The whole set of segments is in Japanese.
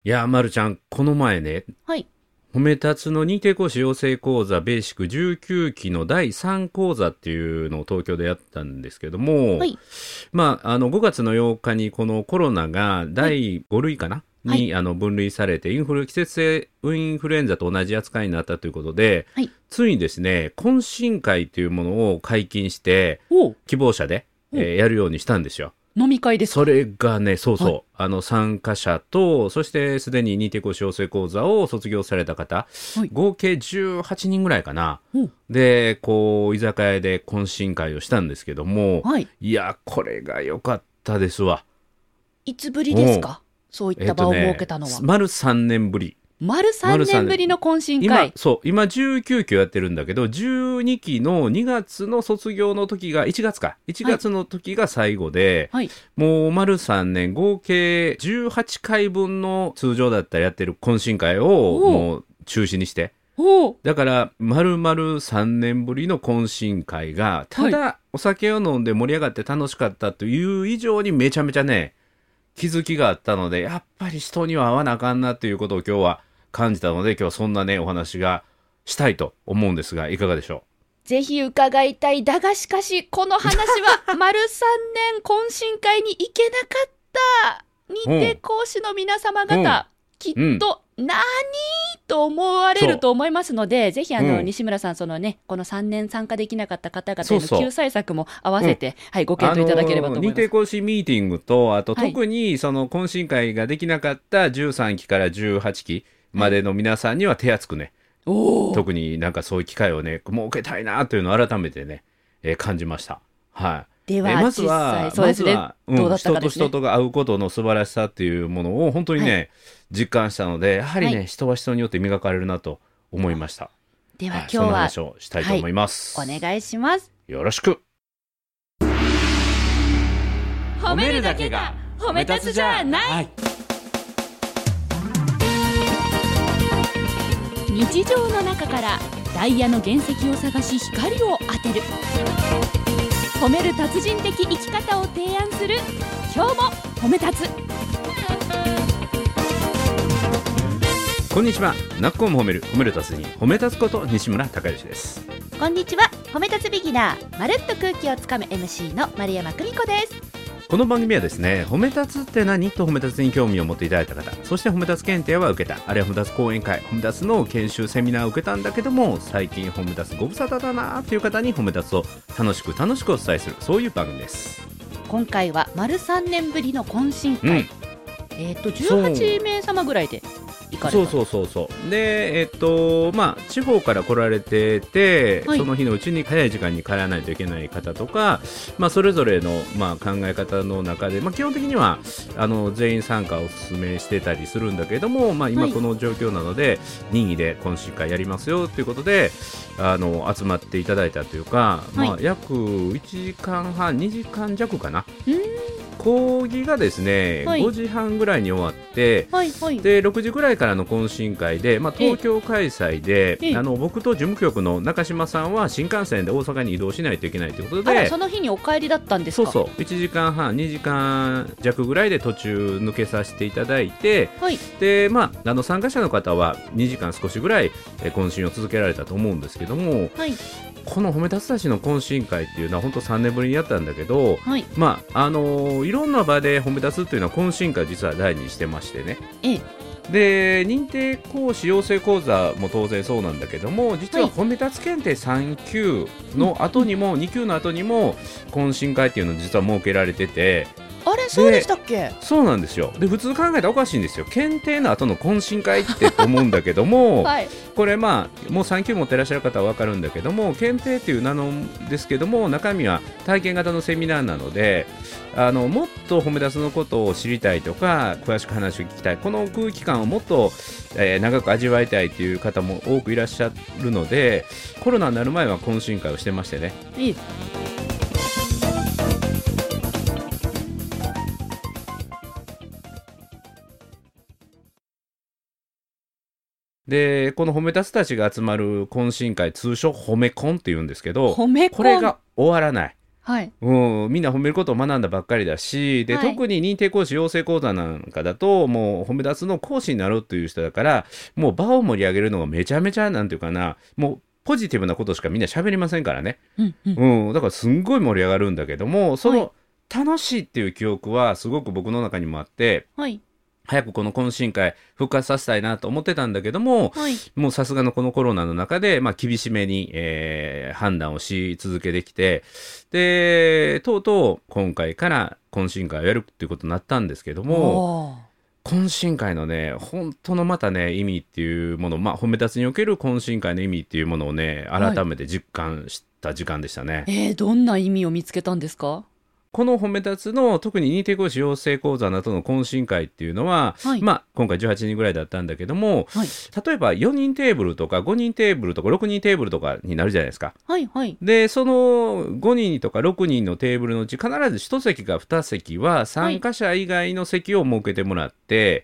いや、まるちゃん、この前ね、 はい。 褒め立つの認定講師養成講座ベーシック19期の第3講座っていうのを東京でやったんですけども、 はい。 5月の8日にこのコロナがはい。 第5類かなはい。 に分類されて季節性インフルエンザと同じ扱いになったということで、 はい。 ついにですね、懇親会というものを解禁しておう。 希望者で、 おう。 やるようにしたんですよ。 飲み会ですそか？ れがね、そうはい。 そう、参加者と、そしてすでに認定講師養成講座を卒業された方、 はい。 合計18人ぐらいかな。 おう。 で、こう、居酒屋で懇親会をしたんですけども、 はい。 いや、これが良かったですわ。 いつぶりですおう。 か？そういった場を設けたのは。 丸3年ぶり。 丸3 丸3年。 年ぶりの懇親会。 今19期をやってるんだけど、12期の2月の卒業の時が、1月か。1 はい。 月の時が最後で、 はい。 もう丸3年、合計18回分の通常だったらやってる懇親会をおう。 もう中止にして。 おう。 だから、丸々3年ぶりの懇親会が、たはい。 だお酒を飲んで盛り上がって楽しかったという以上にめちゃめちゃね、気づきがあったので、やっぱり人には会わなあかんなということを今日は感じたので、今日はそんなね、お話がしたいと思うんですが、いかがでしょぜひ伺いたい。だがしかし、この話は丸3年懇親会に行けなかったう。う認定ん、 講師の皆様うん、 方、きっうん、 と何と思われるそと思いますので、ぜひう、うん、 西村さん、そのね、この3年参加できなかった方々への救そうそ済策も合わう。うん。 せて、はい、ご検討いただければと思認定います。 講師ミーティングと、あとはい。 特にその懇親会ができなかった13期から18期はい。 までの皆さんには手厚くね、 おお。 特になんかそういう機会をね、設けたいなというのを改めてね、感じました。はい。 では、実際、そうですね。どうだった人とかですね。 人とが会うことの素晴らしさっていうものを本当にはい。 ね、実感したので、やはりはい。 ね、人は人によって磨かれるなと思いました。 では、 はい、そんな今日は、 話をしたいとはい、 思いまおす。 願いします。 よろしく。 褒めるだけが褒め立つじゃない。 はい。 日常の中からダイヤの原石を探し光を当てる。褒める達人的生き方を提案する。今日も褒め立つ。 こんにちは。なっこも褒める達人、褒め立つこと西村孝之です。 こんにちは。褒め立つビギナー、まるっと空気をつかむ MC の丸山久美子です。 この番組はですね、褒め立つって何と褒め立つに興味を持っていただいた方、そして褒め立つ検定は受けた、あるいは褒め立つ講演会、褒め立つの研修セミナーを受けたんだけども、最近褒め立つご無沙汰だなという方に褒め立つを楽しくお伝えする、そういう番組です。 今回は丸3年ぶりの懇親会。 うん。そう 18名様ぐらいで行かれた。 そうそうそうそうで、地方から来られてて、 はい。 その日のうちに早い時間に帰らないといけない方とか、それぞれの、考え方の中で、基本的には全員参加をお勧めしてたりするんだけども、 はい。 今この状況なので任意で懇親会やりますよということで集まっていただいたというか、 はい。 約1時間半2時間弱かな。 うーん。 講義がですねはい。 5時半ぐらいに終わって、 はい。はい。 で6時ぐらいからの懇親会で、東え京開催でえ。 僕と事務局の中島さんは新幹線で大阪に移動しないといけないということあら、 で、 その日にお帰りだったんですか？ そうそう1時間半2時間弱ぐらいで途中抜けさせていただいて、 はい。 で参加者の方は2時間少しぐらい懇親を続けられたと思うんですけども、 はい。 この褒め立つたちの懇親会っていうのは本当3年ぶりにやったんだけど、 はい。 いろんな場で褒め立つっていうのは懇親会実は大事にしてましてね。 ええ。 で認定講師養成講座も当然そうなんだけども、実はい。 は褒め立つ検定3級うん。 のうん。 後にも2級の後にも懇親会っていうのを実は設けられてて、 あれ、そうでしでたっけ？ そうなんですよ。で普通考えたらおかしいんですよ。検定の後の懇親会ってと思うんだけども、 はい。 これもう3級持ってらっしゃる方は分かるんだけども、検定っていう名のですけども、中身は体験型のセミナーなので、もっと褒め立つのことを知りたいとか詳しく話を聞きたい、この空気感をもっと、長く味わいたいという方も多くいらっしゃるので、コロナになる前は懇親会をしてましてね。 ええ。 でこの褒め立つたちが集まる懇親会、通称褒めコンっていうんですけど、 褒めコン。 これが終わらない。 はい。 みんな褒めることを学んだばっかりだし、で、 はい。 特に認定講師養成講座なんかだと、もう褒め立つの講師になるっていう人だから、もう場を盛り上げるのがめちゃめちゃ、なんていうかな、もうポジティブなことしかみんな喋りませんからね。 うんうん。 だからすんごい盛り上がるんだけども、そはい。 の楽しいっていう記憶はすごく僕の中にもあって、 はい。 早くこの懇親会復活させたいなと思ってたんだけども、 はい。 もうさすがのこのコロナの中で、厳しめに、判断をし続けてきて、で、とうとう今回から懇親会をやるっていうことになったんですけども、 おー。 懇親会のね、本当のまたね、意味っていうもの、褒め立つにおける懇親会の意味っていうものをね、 はい。 改めて実感した時間でしたね。 どんな意味を見つけたんですか？ この褒め立つの特に認定講師養成講座などの懇親会っていうのは、 はい。 今回18人ぐらいだったんだけども、 はい。 例えば4人テーブルとか5人テーブルとか6人テーブルとかになるじゃないですか。 はい。はい。 で、その5人とか6人のテーブルのうち必ず1席か2席ははい。 参加者以外の席を設けてもらって、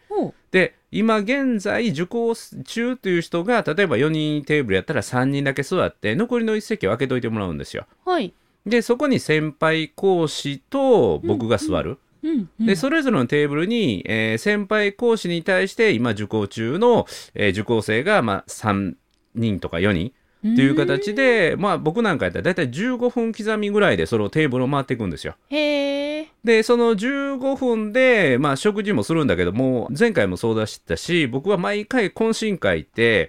ほう。 で、今現在受講中という人が例えば4人テーブルやったら3人だけ座って残りの1席を空けといてもらうんですよ。 はい。 で、そこに先輩講師とうん。 僕がうん。 座る。 うん。うで、 ん。 それぞれのテーブルに、先輩講師に対して今受講中の、受講生が、3人とか4人うーという形ん。 で、僕なんかやったらだいたい15分刻みぐらいでそのテーブルを回っていくんですよ。 へえ。 で、その15分で、食事もするんだけども、前回もそうだしたし、僕は毎回懇親会って、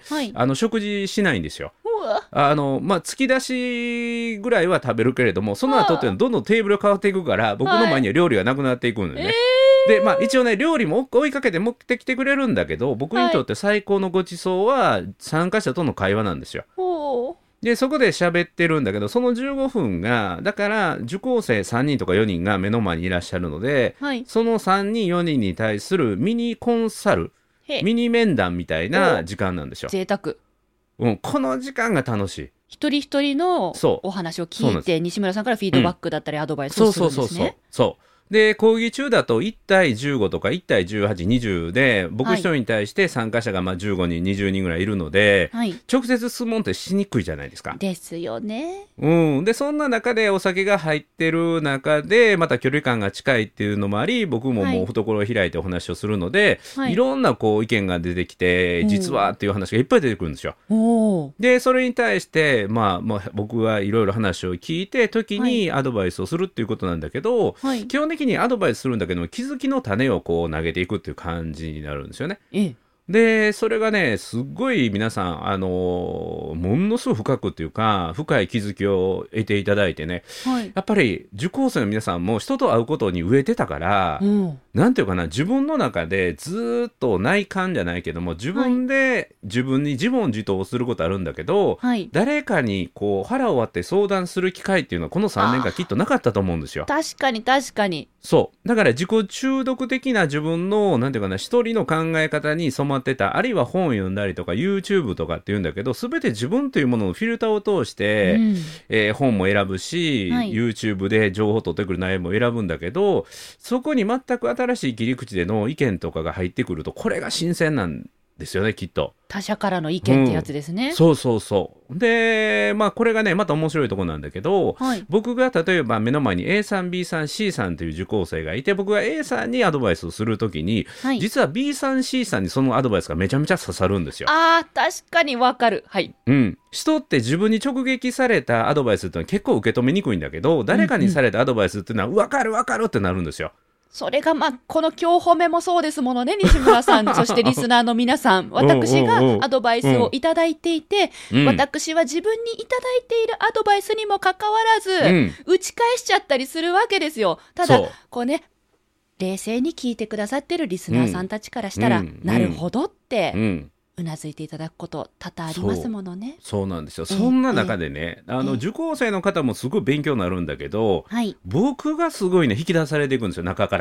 はい。 食事しないんですよ。 うわ。 突き出しぐらいは食べるけれども、その後っていうのははどんどんテーブルが変わっていくから、 あ。 僕のはい。 前には料理がなくなっていくのよえね。で、 え。 一応ね、料理も追いかけて持ってきてくれるんだけど、僕にはい。 とって最高のご馳走は参加者との会話なんですよ。 ほう。 で、そこで喋ってるんだけど、その15分が、だから受講生3人とか4人が目の前にいらっしゃるので、 はい。 その3人4人に対するミニコンサル、 へ。 ミニ面談みたいなお。 時間なんですよ。 贅沢。 この時間が楽しい。 一人一人のそう。 お話をそうなんです。 聞いて、西村さんからフィードバッうん。 クだったりアドバイスをそうすそうそうそう。 るんですね。 そう。で、講義中だと1対15とか1対18、20で、僕はい。 一人に対して参加者が15人、20人ぐらいいるので、 はい。 直接質問ってしにくいじゃないですか。 ですよね。 で、そんな中でお酒が入ってる中で、また距離感が近いっていうのもあり、僕もはい。 もう懐を開いてお話をするので、 はい。 いろんな意見が出てきて、 お実はー。 っていう話がいっぱい出てくるんですよ。 おー。 で、それに対して、僕がいろいろ話を聞いて、時はい。 にアドバイスをするっていうことなんだけど、 はい。 基本的にアドバイスするんだけども、気づきの種を投げていくっていう感じになるんですよね。 ええ。 で、それがね、すっごい皆さん、ものすごい深くっていうか、深い気づきを得ていただいてね、 はい。 やっぱり受講生の皆さんも人と会うことに飢えてたから、 うん。 なんていうかな、自分の中でずーっと内観じゃないけども、自はい。 分で自分に自問自答をすることあるんだけど、 はい。 誰かに腹を割って相談する機会っていうのはこの3年間きっあとなかったと思うんですあ、 よ。 確かに確かに。 そう。だから自己中毒的な自分の、なんていうかな、一人の考え方に染まってた、あるいは本を読んだりとか、YouTube とかっていうんだけど、すべて自分というもののフィルターを通しうて、 ん。 本も選ぶし、 はい。 YouTube で情報を取ってくる内容も選ぶんだけど、そこに全く新しい切り口での意見とかが入ってくると、これが新鮮なんですよね、きっと。 他者からの意見ってやうん。 つですね。 そうそうそう。で、これがね、また面白いところなんだけど、 はい。 僕が例えば目の前に A さん、B さん、C さんという受講生がいて、僕が A さんにアドバイスをするときに、 はい。 実は B さん、C さんにそのアドバイスがめちゃめちゃ刺さるんですよ。 ああ、確かにわかる。はい。 うん。人って自分に直撃されたアドバイスっていうのは結構受け止めにくいんだけど、誰かにうんうん。 されたアドバイスっていうのは、わかるわかるってなるんですよ。 それが、この今日褒めもそうですものね、西村さん、そしてリスナーの皆さん、 うんう私がんうん。 アドバイスをうん。 いただいていて、 うん。 私は自分にいただいているアドバイスにもかかわらず、 うん。 打ち返しちゃったりするわけですよ。ただ、 そこうね、冷静に聞いてくださってるリスう。うん。 ナーさんたちからしうん。 たら、なうん。 るほどってうん。 うなずいていただくこと多々ありますそう。 ものね。 そうなんですよ。 ええ、 そんなええ、 中でね、 ええ。 受講生の方もすごい勉強になるんだけど、 はい。 僕がすごいね、引き出されていくんですよ、中から。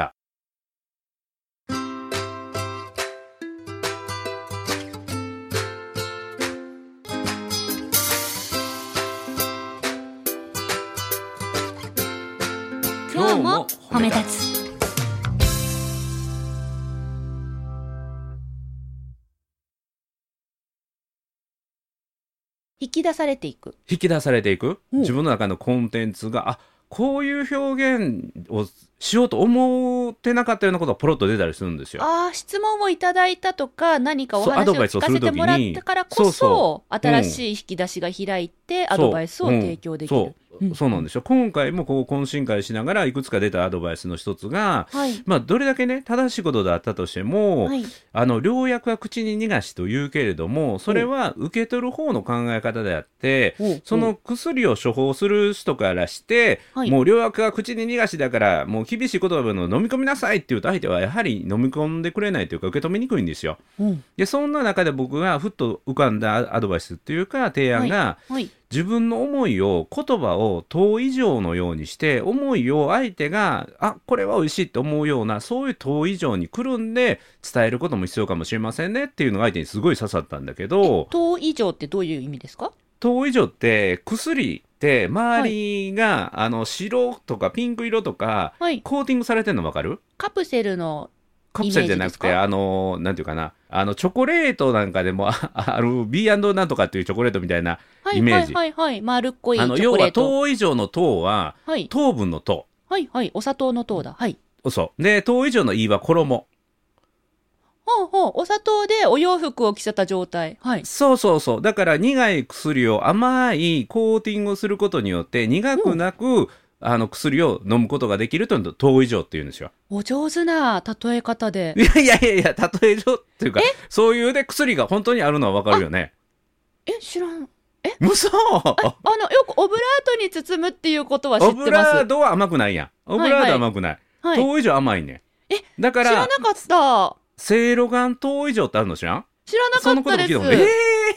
今日も褒め立つ。 つ。引き出されていく。 引き出されていくおう。 自分の中のコンテンツが、あ、 こういう表現をしようと思ってなかったようなことがポロッと出たりするんですよ。 質問をいただいたとか、何かおそうアドバイス話を聞かをするときにせてもらったからこそ、 そう新しい引き出しが開いて、アドバイスを提供できる。 そうなんですよ。今回もこう懇親会しながらいくつか出たアドバイスの一つが、 はい。 どれだけね正しいことであったとしても、 はい。 良薬は口に逃がしと言うけれども、それは受け取る方の考え方であって、その薬を処方する人からして、 はい、 もう良薬は口に逃がしだからもう厳しい言葉の飲み込みなさいって言うと、相手はやはり飲み込んでくれないというか受け止めにくいんですよ。でそんな中で僕がふっと浮かんだアドバイスっていうか提案が、 はい。 自分の思いを言葉を問以上のようにして、思いを相手がこれは美味しいと思うような、そういう問以上にくるんで伝えることも必要かもしれませんねっていうのが相手にすごい刺さったんだけど。 糖以上ってどういう意味ですか？ 糖以上って薬って周りが、白とかピンク色とか、 はい、 コーティングされてるの分かる？ カプセルのカプセルじゃなくてなんていうかな、チョコレートなんかでもある B& なんとかっていうチョコレートみたいなイメージ。 はいはいはいはい、丸っこいチョコレート。 要は糖以上の糖は、 はい、 糖分の糖。 はいはい、お砂糖の糖だ。はい。 そうで糖以上の E は衣。 ほうほう、お砂糖でお洋服を着せた状態。はい。 そうだから苦い薬を甘いコーティングをすることによって苦くなく、薬を飲むことができるというのを糖以上っていうんですよ。 お上手な例え方で。 いや例え上っていうか、そういうで薬が本当にあるのは分かるよね。 知らん。 嘘。 よくオブラートに包むっていうことは知ってます。 オブラートは甘くないやん。オブラートは甘くない。 はいはい、 糖以上甘いね。だから知らなかった。 せいろがん糖以上ってあるの知らん？ 知らなかったです。 そのこと聞いた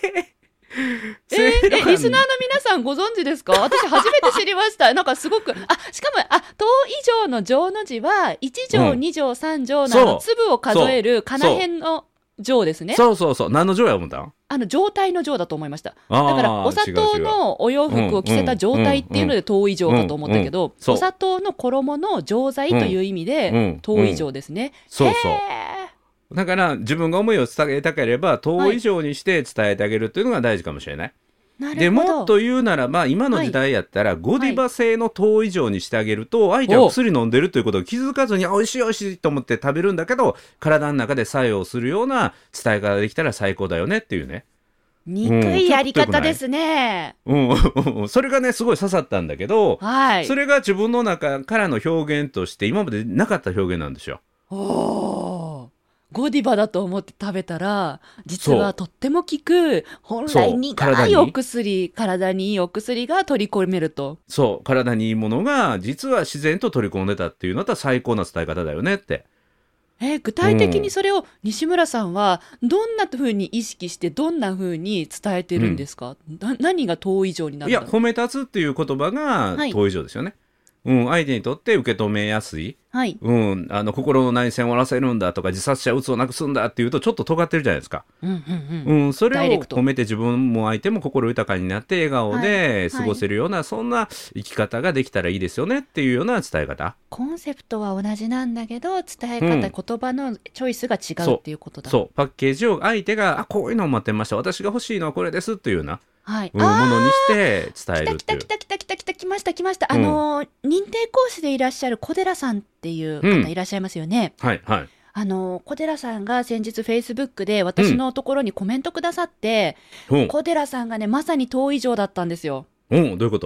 リスナーの皆さんご存知ですか？私初めて知りました。なんかすごく、しかも、糖以上の上の字は、1乗、2乗、3乗の粒を数える、かなへんの乗ですね。 そう。何の乗や思ったん？ 状態の乗だと思いました。だから、お砂糖のお洋服を着せた状態っていうので、糖以上かと思ったけど、お砂糖の衣の錠剤という意味で、糖以上ですね。 そうだから自分が思いを伝えたければ糖以上にして伝えてあげるというのが大事かもしれない。でもっと言うならば、今の時代やったら、ゴディバ製の糖以上にしてあげると、相手は薬飲んでるということを気づかずに美味しい美味しいと思って食べるんだけど、体の中で作用するような伝え方ができたら最高だよねっていうね。 憎いやり方ですね。 それがねすごい刺さったんだけど、 はい、 それが自分の中からの表現として今までなかった表現なんですよ。 ゴディバだと思って食べたら、実はとっても効く、本来苦いお薬、体にいいお薬が取り込めると。 体にいいものが実は自然と取り込んでたっていうのと最高な伝え方だよねって。 具体的にそれを西村さんはどんな風に意識してどんな風に伝えてるんですか？何が糖以上になるんだろう？ 褒め立つっていう言葉が糖以上ですよね。相手にとって受け止めやすい、心の内戦を終わらせるんだとか自殺者鬱をなくすんだっていうとちょっと尖ってるじゃないですか。それを褒めて自分も相手も心豊かになって笑顔で過ごせるような、そんな生き方ができたらいいですよねっていうような伝え方。 コンセプトは同じなんだけど伝え方、言葉のチョイスが違うっていうことだ。 パッケージを相手がこういうのを待ってました、私が欲しいのはこれですっていうようなものにして伝えるっていう。 来ました。認定講師でいらっしゃる小寺さんっていう方いらっしゃいますよね。小寺さんが先日フェイスブックで私のところにコメントくださって、小寺さんがねまさに糖以上だったんですよ。 どういうこと？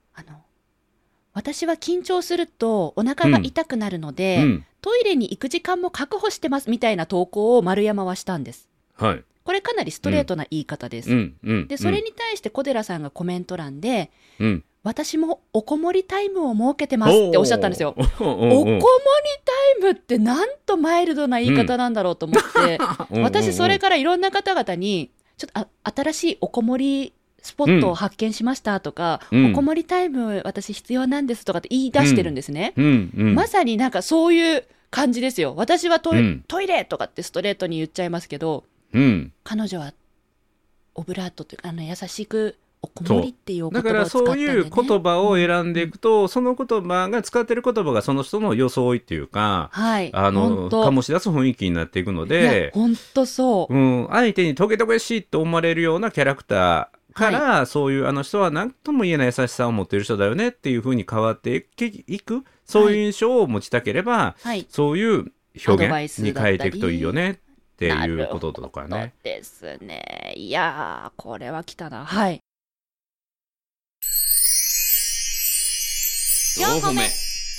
私は緊張するとお腹が痛くなるので、トイレに行く時間も確保してますみたいな投稿を丸山はしたんです。これかなりストレートな言い方です。でそれに対して小寺さんがコメント欄で、私もおこもりタイムを設けてますっておっしゃったんですよ。おこもりタイムってなんとマイルドな言い方なんだろうと思って、私それからいろんな方々にちょっと新しいおこもりスポットを発見しましたとか、おこもりタイム私必要なんですとかって言い出してるんですね。まさになんかそういう感じですよ。私はトイレとかってストレートに言っちゃいますけど、彼女はオブラートというか優しくおこもりっていうお言葉を使ったんでね。 だからそういう言葉を選んでいくと、その言葉が使ってる言葉がその人の装いっていうか、醸し出す雰囲気になっていくので、 本当そう、 相手にトゲトゲしいと思われるようなキャラクターから、そういうあの人は何とも言えない優しさを持っている人だよねっていうふうに変わっていく、そういう印象を持ちたければ、そういう表現に変えていくといいよねっていうこととかね。 なるほどですね。いやー、これは来たな。はい。4個目。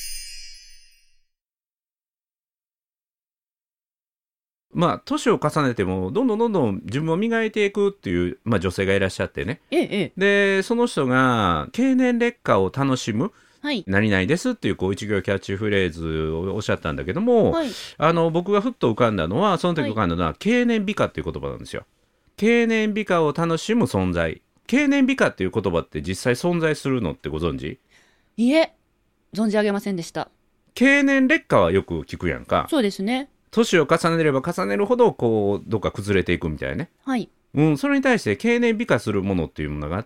まあ、年を重ねてもどんどん自分を磨いていくっていう、まあ、女性がいらっしゃってね、でその人が経年劣化を楽しむ、何々ですっていう一行キャッチフレーズをおっしゃったんだけども、僕がふっと浮かんだのは、その時浮かんだのは、経年美化っていう言葉なんですよ。経年美化を楽しむ存在。経年美化っていう言葉って実際存在するのってご存知？ いえ、存じ上げませんでした。 経年劣化はよく聞くやんか。 そうですね。 年を重ねれば重ねるほどどっか崩れていくみたいね。それに対して経年美化するものっていうものがあって、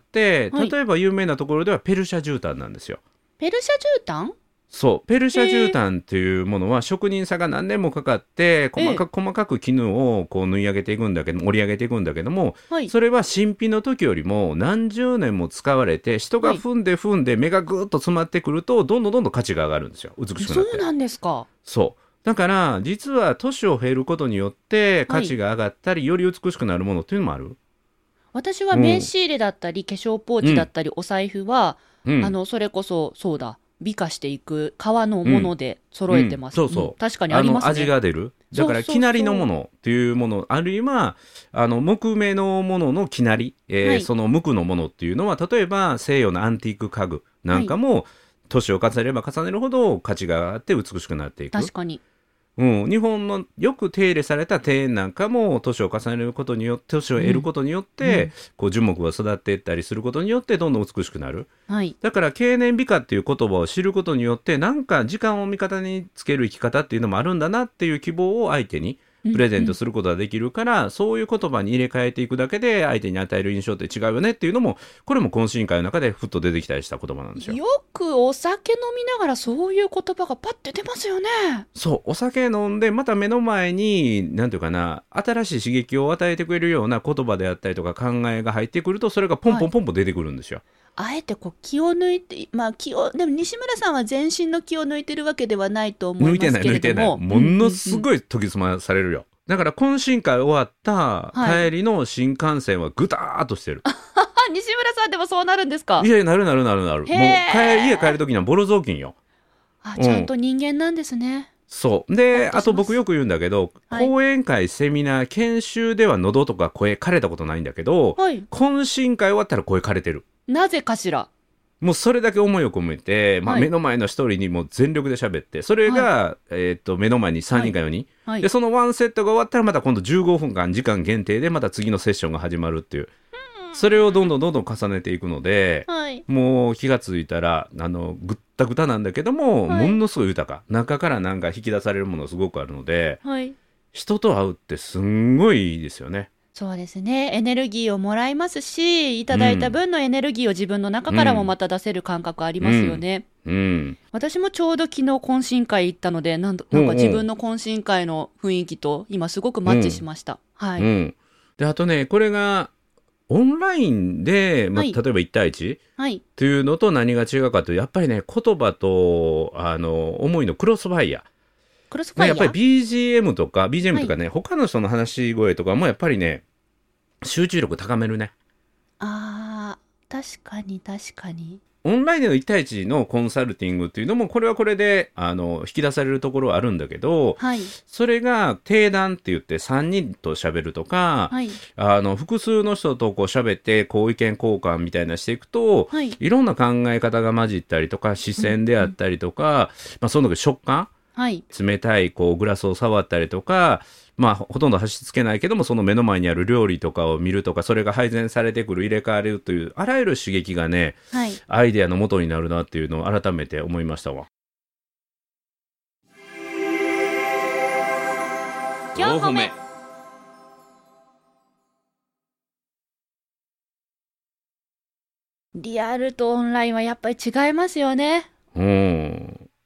例えば有名なところではペルシャ絨毯なんですよ。 ペルシャ絨毯？ そう、ペルシャ絨毯っていうものは職人さんが何年もかかって細かく絹を縫い上げていくんだけど、織り上げていくんだけども、それは新品の時よりも何十年も使われて、人が踏んで目がぐっと詰まってくると、どんどん価値が上がるんですよ。美しくなって。 そうなんですか。 そうだから実は年を経ることによって価値が上がったり、より美しくなるものっていうのもある。 私は名刺入れだったり、化粧ポーチだったり、お財布は、それこそそうだ、美化していく革のもので揃えてます。確かにありますね。 味が出る。だから生成りのものっていうもの、あるいは木目のものの生成り、その無垢のものっていうのは、例えば西洋のアンティーク家具なんかも、年を重ねれば重ねるほど価値が上がって美しくなっていく。 確かに。 日本のよく手入れされた庭園なんかも、年を重ねることによって、年を得ることによって、樹木が育っていったりすることによってどんどん美しくなる。だから経年美化っていう言葉を知ることによって、なんか時間を味方につける生き方っていうのもあるんだなっていう希望を相手にプレゼントすることができるから、そういう言葉に入れ替えていくだけで相手に与える印象って違うよねっていうのも、これも懇親会の中でふっと出てきたりした言葉なんですよ。 よくお酒飲みながらそういう言葉がパッて出ますよね。 そう、お酒飲んでまた目の前になんていうかな、新しい刺激を与えてくれるような言葉であったりとか考えが入ってくると、それがポンポン出てくるんですよ。 あえて気を抜いて、でも西村さんは全身の気を抜いてるわけではないと思いますけれども、 抜いてない、ものすごい研ぎ澄まされるよ。だから懇親会終わった帰りの新幹線はぐたーっとしてる。 西村さんでもそうなるんですか？ いや、なる。もう家帰る時にはボロ雑巾よ。 ちゃんと人間なんですね。 そうで、あと僕よく言うんだけど、講演会、セミナー、研修では喉とか声枯れたことないんだけど、懇親会終わったら声枯れてる。 なぜかしら。 もうそれだけ思いを込めて、目の前の一人にも全力で喋って、それが、目の前に3人か4人、でそのワンセットが終わったらまた今度15分間時間限定でまた次のセッションが始まるっていう、それをどんどん重ねていくので、もう気がついたらぐったぐたなんだけども、ものすごい豊か、中からなんか引き出されるものすごくあるので、人と会うってすんごいいいですよね。 そうですね。エネルギーをもらいますし、いただいた分のエネルギーを自分の中からもまた出せる感覚ありますよね。私もちょうど昨日懇親会行ったので、なんか自分の懇親会の雰囲気と今すごくマッチしました。 で、あとね、これがオンラインで、例えば1対1っていうのと何が違うかというと、やっぱりね、言葉と思いのクロスファイヤー。やっぱり BGM とかね、他の人の話し声とかもやっぱりね、集中力高めるね。 確かに。 オンラインでの1対1のコンサルティングっていうのも、これはこれで引き出されるところはあるんだけど、それが定談って言って3人と喋るとか、複数の人と喋って意見交換みたいなしていくと、いろんな考え方が混じったりとか、視線であったりとか、その時食感、冷たいグラスを触ったりとか、ほとんど箸つけないけども、その目の前にある料理とかを見るとか、それが配膳されてくる、入れ替わるという、あらゆる刺激がね、アイデアの元になるなっていうのを改めて思いましたわ。 4歩目。リアルとオンラインはやっぱり違いますよね。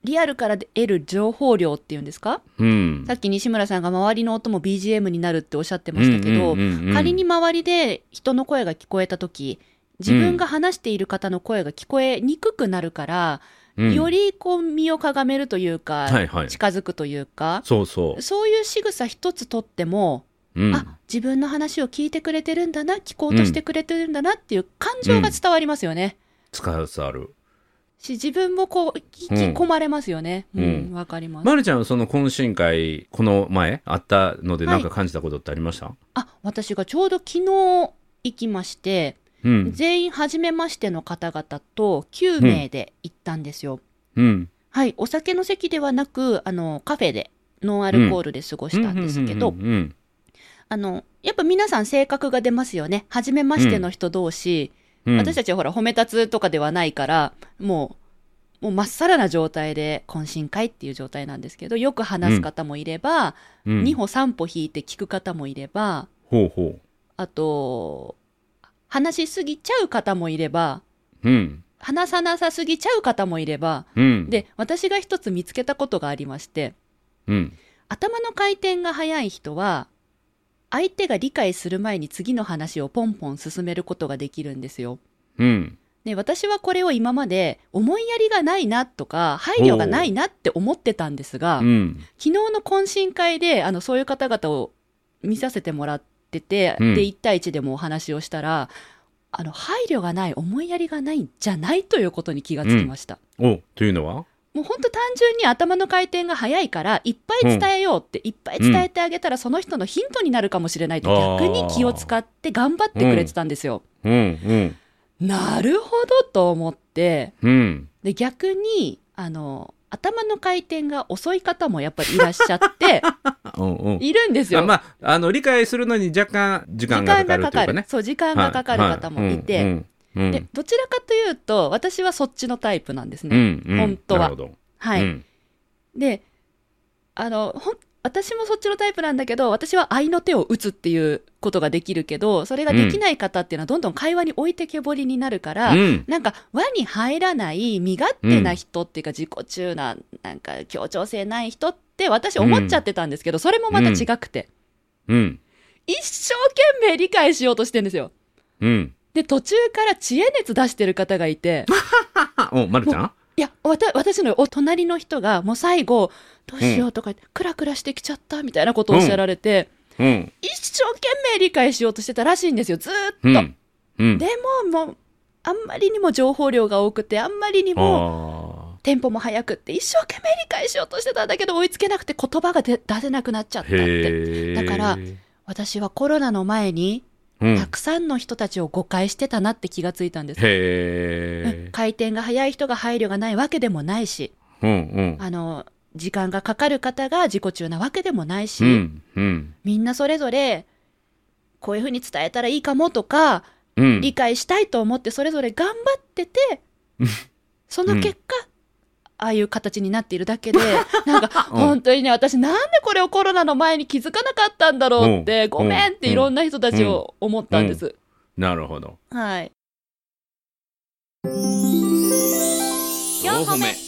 リアルから得る情報量っていうんですか、さっき西村さんが周りの音も BGM になるっておっしゃってましたけど、仮に周りで人の声が聞こえた時、自分が話している方の声が聞こえにくくなるから、よりこう身をかがめるというか、近づくというか、そういう仕草一つとっても、あ、自分の話を聞いてくれてるんだな、聞こうとしてくれてるんだなっていう感情が伝わりますよね。 伝わるし、自分もこう引き込まれますよね。わかります。 まるちゃんはその懇親会この前あったので何か感じたことってありました？ 私がちょうど昨日行きまして、全員初めましての方々と9名で行ったんですよ。はい、お酒の席ではなくカフェでノンアルコールで過ごしたんですけど、やっぱ皆さん性格が出ますよね。初めましての人同士、私たちはほら褒め立つとかではないから、もうまっさらな状態で懇親会っていう状態なんですけど、よく話す方もいれば、2歩3歩引いて聞く方もいれば、あと話しすぎちゃう方もいれば、話さなさすぎちゃう方もいれば、で、私が一つ見つけたことがありまして、頭の回転が速い人は相手が理解する前に次の話をポンポン進めることができるんですよ。で、私はこれを今まで思いやりがないなとか配慮がないなって思ってたんですが、昨日の懇親会でそういう方々を見させてもらってて、で1対1でもお話をしたら、配慮がない、思いやりがないんじゃないということに気がつきました。 というのは、 もう本当単純に頭の回転が速いからいっぱい伝えようって、いっぱい伝えてあげたらその人のヒントになるかもしれないと逆に気を使って頑張ってくれてたんですよ。なるほどと思って、で逆に頭の回転が遅い方もやっぱりいらっしゃっているんですよ。 理解するのに若干時間がかかるというかね。 そう、時間がかかる方もいて、でどちらかというと私はそっちのタイプなんですね、本当は。はい、で私もそっちのタイプなんだけど、私は愛の手を打つっていうことができるけど、それができない方っていうのはどんどん会話に置いてけぼりになるから、なんか輪に入らない身勝手な人っていうか、自己中な、なんか協調性ない人って私思っちゃってたんですけど、それもまた違くて、一生懸命理解しようとしてるんですよ。で途中から知恵熱出してる方がいてまるちゃん、 いや、私のお隣の人がもう最後どうしようとか、クラクラしてきちゃったみたいなことをおっしゃられて、一生懸命理解しようとしてたらしいんですよ、ずーっと。でももうあんまりにも情報量が多くて、あんまりにもテンポも速くって、一生懸命理解しようとしてたんだけど追いつけなくて言葉が出せなくなっちゃったって。だから私はコロナの前にたくさんの人たちを誤解してたなって気がついたんです。回転が速い人が配慮がないわけでもないし、時間がかかる方が自己中なわけでもないし、みんなそれぞれこういうふうに伝えたらいいかもとか、理解したいと思ってそれぞれ頑張ってて、その結果、ああいう形になっているだけで、なんか本当にね、私なんでこれをコロナの前に気づかなかったんだろうって、ごめんっていろんな人たちを思ったんです。 なるほど。 はい。 4歩目。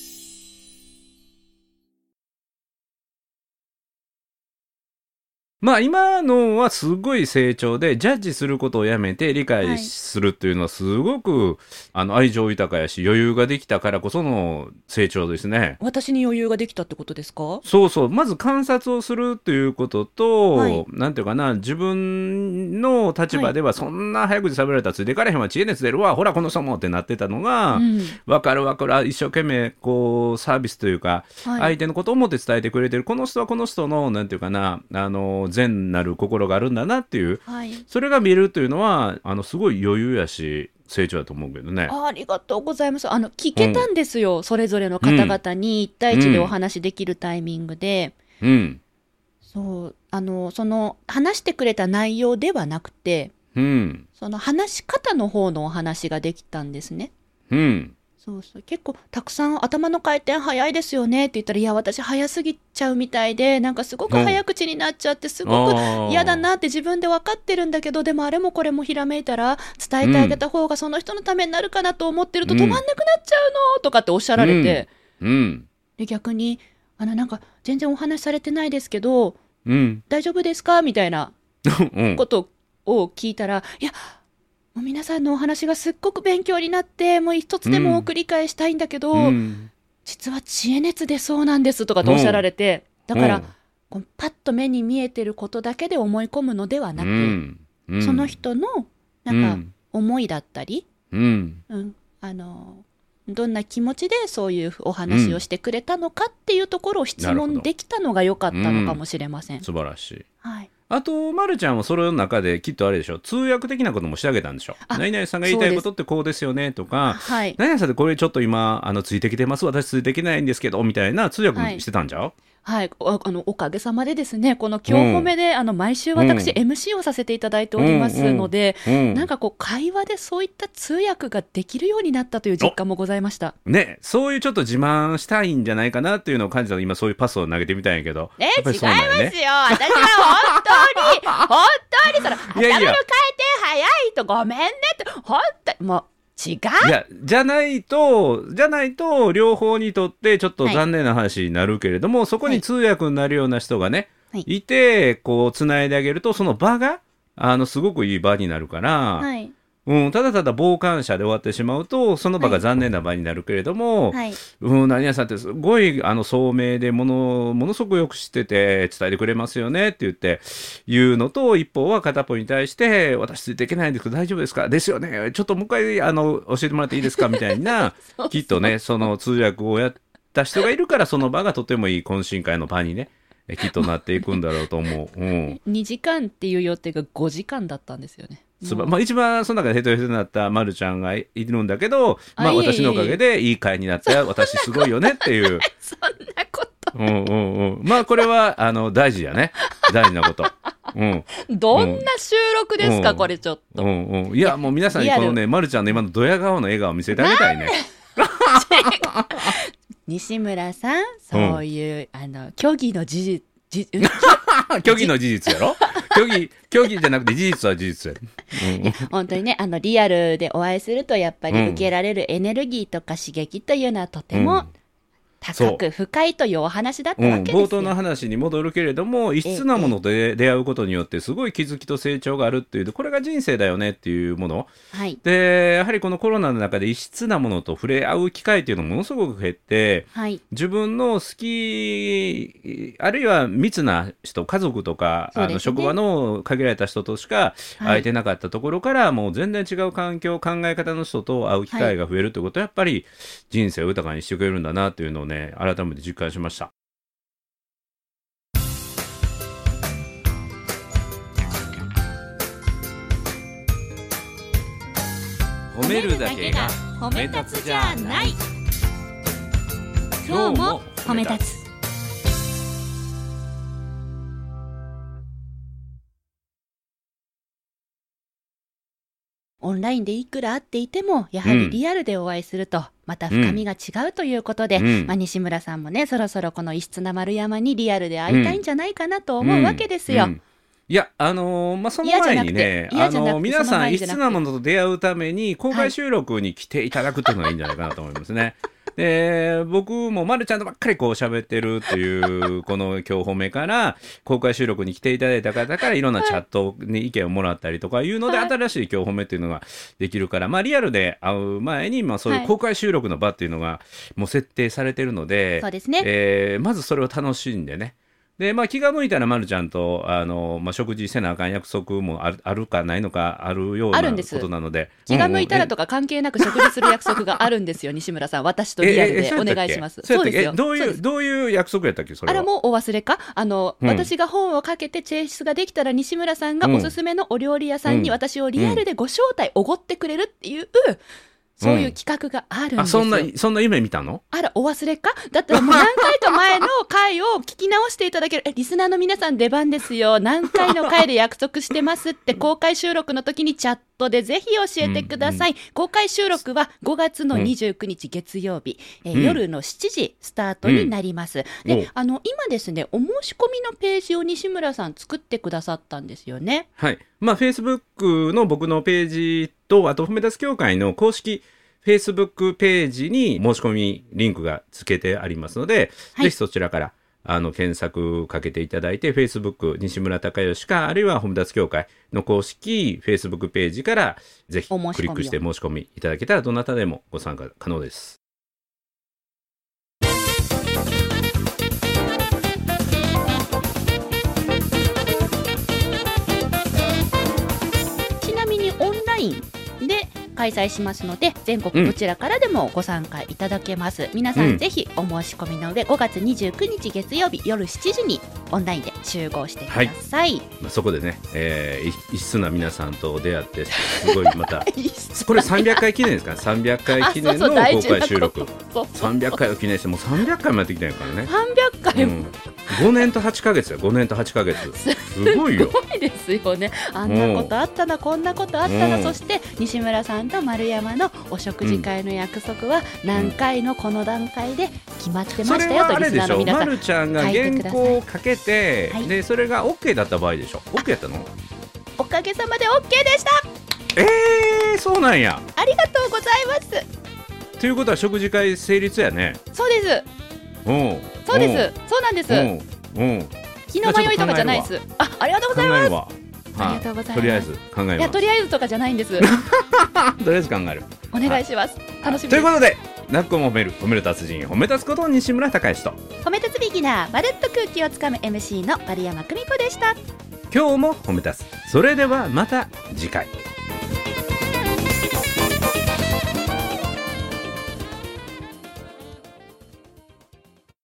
今のはすごい成長で、ジャッジすることをやめて理解するっていうのはすごく、愛情豊かやし余裕ができたからこその成長ですね。 私に余裕ができたってことですか？ そうそう、まず観察をするということと、なんていうかな、自分の立場ではそんな早口喋られたらついていかれへんわ、知恵熱出るわ、ほらこの人もってなってたのが、分かる一生懸命こうサービスというか、相手のことを思って伝えてくれてる、この人はこの人のなんていうかな、善なる心があるんだなっていう、それが見えるというのはすごい余裕やし成長だと思うけどね。 ありがとうございます。聞けたんですよ、それぞれの方々に1対1でお話できるタイミングで、そうその話してくれた内容ではなくて、その話し方の方のお話ができたんですね。そうそう、結構たくさん頭の回転早いですよねって言ったら、いや私早すぎちゃうみたいで、なんかすごく早口になっちゃってすごく嫌だなって自分で分かってるんだけど、でもあれもこれもひらめいたら伝えてあげた方がその人のためになるかなと思ってると止まんなくなっちゃうのとかっておっしゃられて、 うん、 で逆になんか全然お話しされてないですけど、 うん、 大丈夫ですかみたいなことを聞いたら、いやもう皆さんのお話がすっごく勉強になって、もう一つでも繰り返したいんだけど、実は知恵熱出そうなんですとかとおっしゃられて、だから、こうパッと目に見えてることだけで思い込むのではなく、その人のなんか思いだったり、どんな気持ちでそういうお話をしてくれたのかっていうところを質問できたのが良かったのかもしれません。 素晴らしい。 はい。 あと、まるちゃんはそれの中できっとあれでしょ、通訳的なこともしてあげたんでしょ。何々さんが言いたいことってこうですよねとか、 はい、 何々さんってこれちょっと今ついてきてます、私ついてきてないんですけどみたいな通訳もしてたんじゃう？ はい、おかげさまでですね、この今日褒めで、毎週私、MC をさせていただいておりますので、なんかこう、会話でそういった通訳ができるようになったという実感もございました。 ね、そういうちょっと自慢したいんじゃないかなっていうのを感じたので、今そういうパスを投げてみたんやけど。 違いますよ。私は本当に、頭の回転早いとごめんねって、本当に、もう、違う。 いや、じゃないと両方にとってちょっと残念な話になるけれども、そこに通訳になるような人がね、いてこうつないであげると、その場がすごくいい場になるから、ただただ傍観者で終わってしまうとその場が残念な場になるけれども、何々さんってすごい聡明でものすごくよく知ってて伝えてくれますよねって言うのと、一方は片方に対して私ついていけないんですけど大丈夫ですかですよね、ちょっともう一回教えてもらっていいですかみたいなきっとね、その通訳をやった人がいるから、その場がとてもいい懇親会の場にねきっとなっていくんだろうと思う。 2時間っていう予定が5時間だったんですよね。 一番その中でヘトヘトになったまるちゃんがいるんだけど、私のおかげでいい会になったよ、私すごいよねっていうそんなこと、 これは大事やね、大事なこと。 どんな収録ですか、これちょっと。 いやもう皆さんにこのね、まるちゃんの今のドヤ顔の笑顔を見せてあげたいね。 西村さん、そういう、虚偽の事実虚偽の事実やろ。虚偽じゃなくて事実は事実や。 本当にね、リアルでお会いするとやっぱり受けられるエネルギーとか刺激というのはとても高く深いというお話だったわけですよ。 冒頭の話に戻るけれども、異質なものと出会うことによってすごい気づきと成長があるっていう、これが人生だよねっていうもの、でやはりこのコロナの中で異質なものと触れ合う機会っていうのもものすごく減って、自分の好きあるいは密な人、家族とか、職場の限られた人としか会えてなかったところから、もう全然違う環境考え方の人と会う機会が増えるということは、やっぱり人生を豊かにしてくれるんだなっていうのをね、改めて実感しました。褒めるだけが褒め立つじゃない。 今日も褒め立つ。オンラインでいくら会っていてもやはりリアルでお会いするとまた深みが違うということで、西村さんもね、そろそろこの異質な丸山にリアルで会いたいんじゃないかなと思うわけですよ。 いやその前にね、皆さん異質なものと出会うために公開収録に来ていただくっていうのがいいんじゃないかなと思いますね。で僕もまるちゃんとばっかりこう喋ってるっていうこの今日褒めから公開収録に来ていただいた方からいろんなチャットに意見をもらったりとかいうので、新しい今日褒めっていうのができるから、リアルで会う前に、そういう公開収録の場っていうのがもう設定されてるので、 そうですね、 まずそれを楽しんでね、で気が向いたらまるちゃんと食事せなあかん約束もあるかないのかあるようなことなので、 気が向いたらとか関係なく食事する約束があるんですよ。西村さん、私とリアルでお願いします。 そうですよ。どういう約束やったっけ、それは。 もうお忘れか。私が本をかけて提出ができたら西村さんがおすすめのお料理屋さんに私をリアルでご招待おごってくれるっていう、そういう企画があるんですよ。 そんな夢見たの？ あら、お忘れか？だったらもう何回か前の回を聞き直していただける。リスナーの皆さん出番ですよ。何回の回で約束してますって公開収録の時にチャットでぜひ教えてください。公開収録は5月の29日月曜日、夜の7時スタートになります。で、今ですね、お申し込みのページを西村さん作ってくださったんですよね。 はい。Facebook の僕のページと、あと褒め立つ協会の公式 Facebook ページに申し込みリンクが付けてありますので、ぜひそちらから検索かけていただいて、Facebook 西村孝義か、あるいはホメ脱協会の公式 Facebook ページからぜひクリックして申し込みいただけたら、どなたでもご参加可能です。 ちなみにオンラインで開催しますので、全国どちらからでもご参加いただけます。皆さんぜひお申し込みの上、5月29日月曜日夜7時にオンラインで集合してください。 そこでね、異質な皆さんと出会って、すごいまたこれ300回記念ですかね。300回記念の公開収録。300回を記念して、もう300回もやってきたんやからね。 300回も、 5年と8ヶ月よ。5年と8ヶ月すごいよ。 すごいですよね。あんなことあったな、こんなことあったな。そして西村さんと丸山のお食事会の約束は何回のこの段階で決まってましたよと、リスナーの皆さん、 丸ちゃんが原稿をかけて、でそれが OK だった場合でしょ。 OK やったの？ おかげさまで OK でした。 そうなんや。 ありがとうございます。 ということは食事会成立やね。 そうです。そうです。そうなんです。気の迷いとかじゃないです。ありがとうございます。ありがとうございます。 とりあえず考えます。 いや、とりあえずとかじゃないんです。 とりあえず考える。 お願いします。楽しみです。 ということで、なっこも褒める、褒める達人、褒め立つこと西村孝之と、 褒め立つビギナー、まるっと空気をつかむ MC の丸山久美子でした。 今日も褒め立つ。それではまた次回。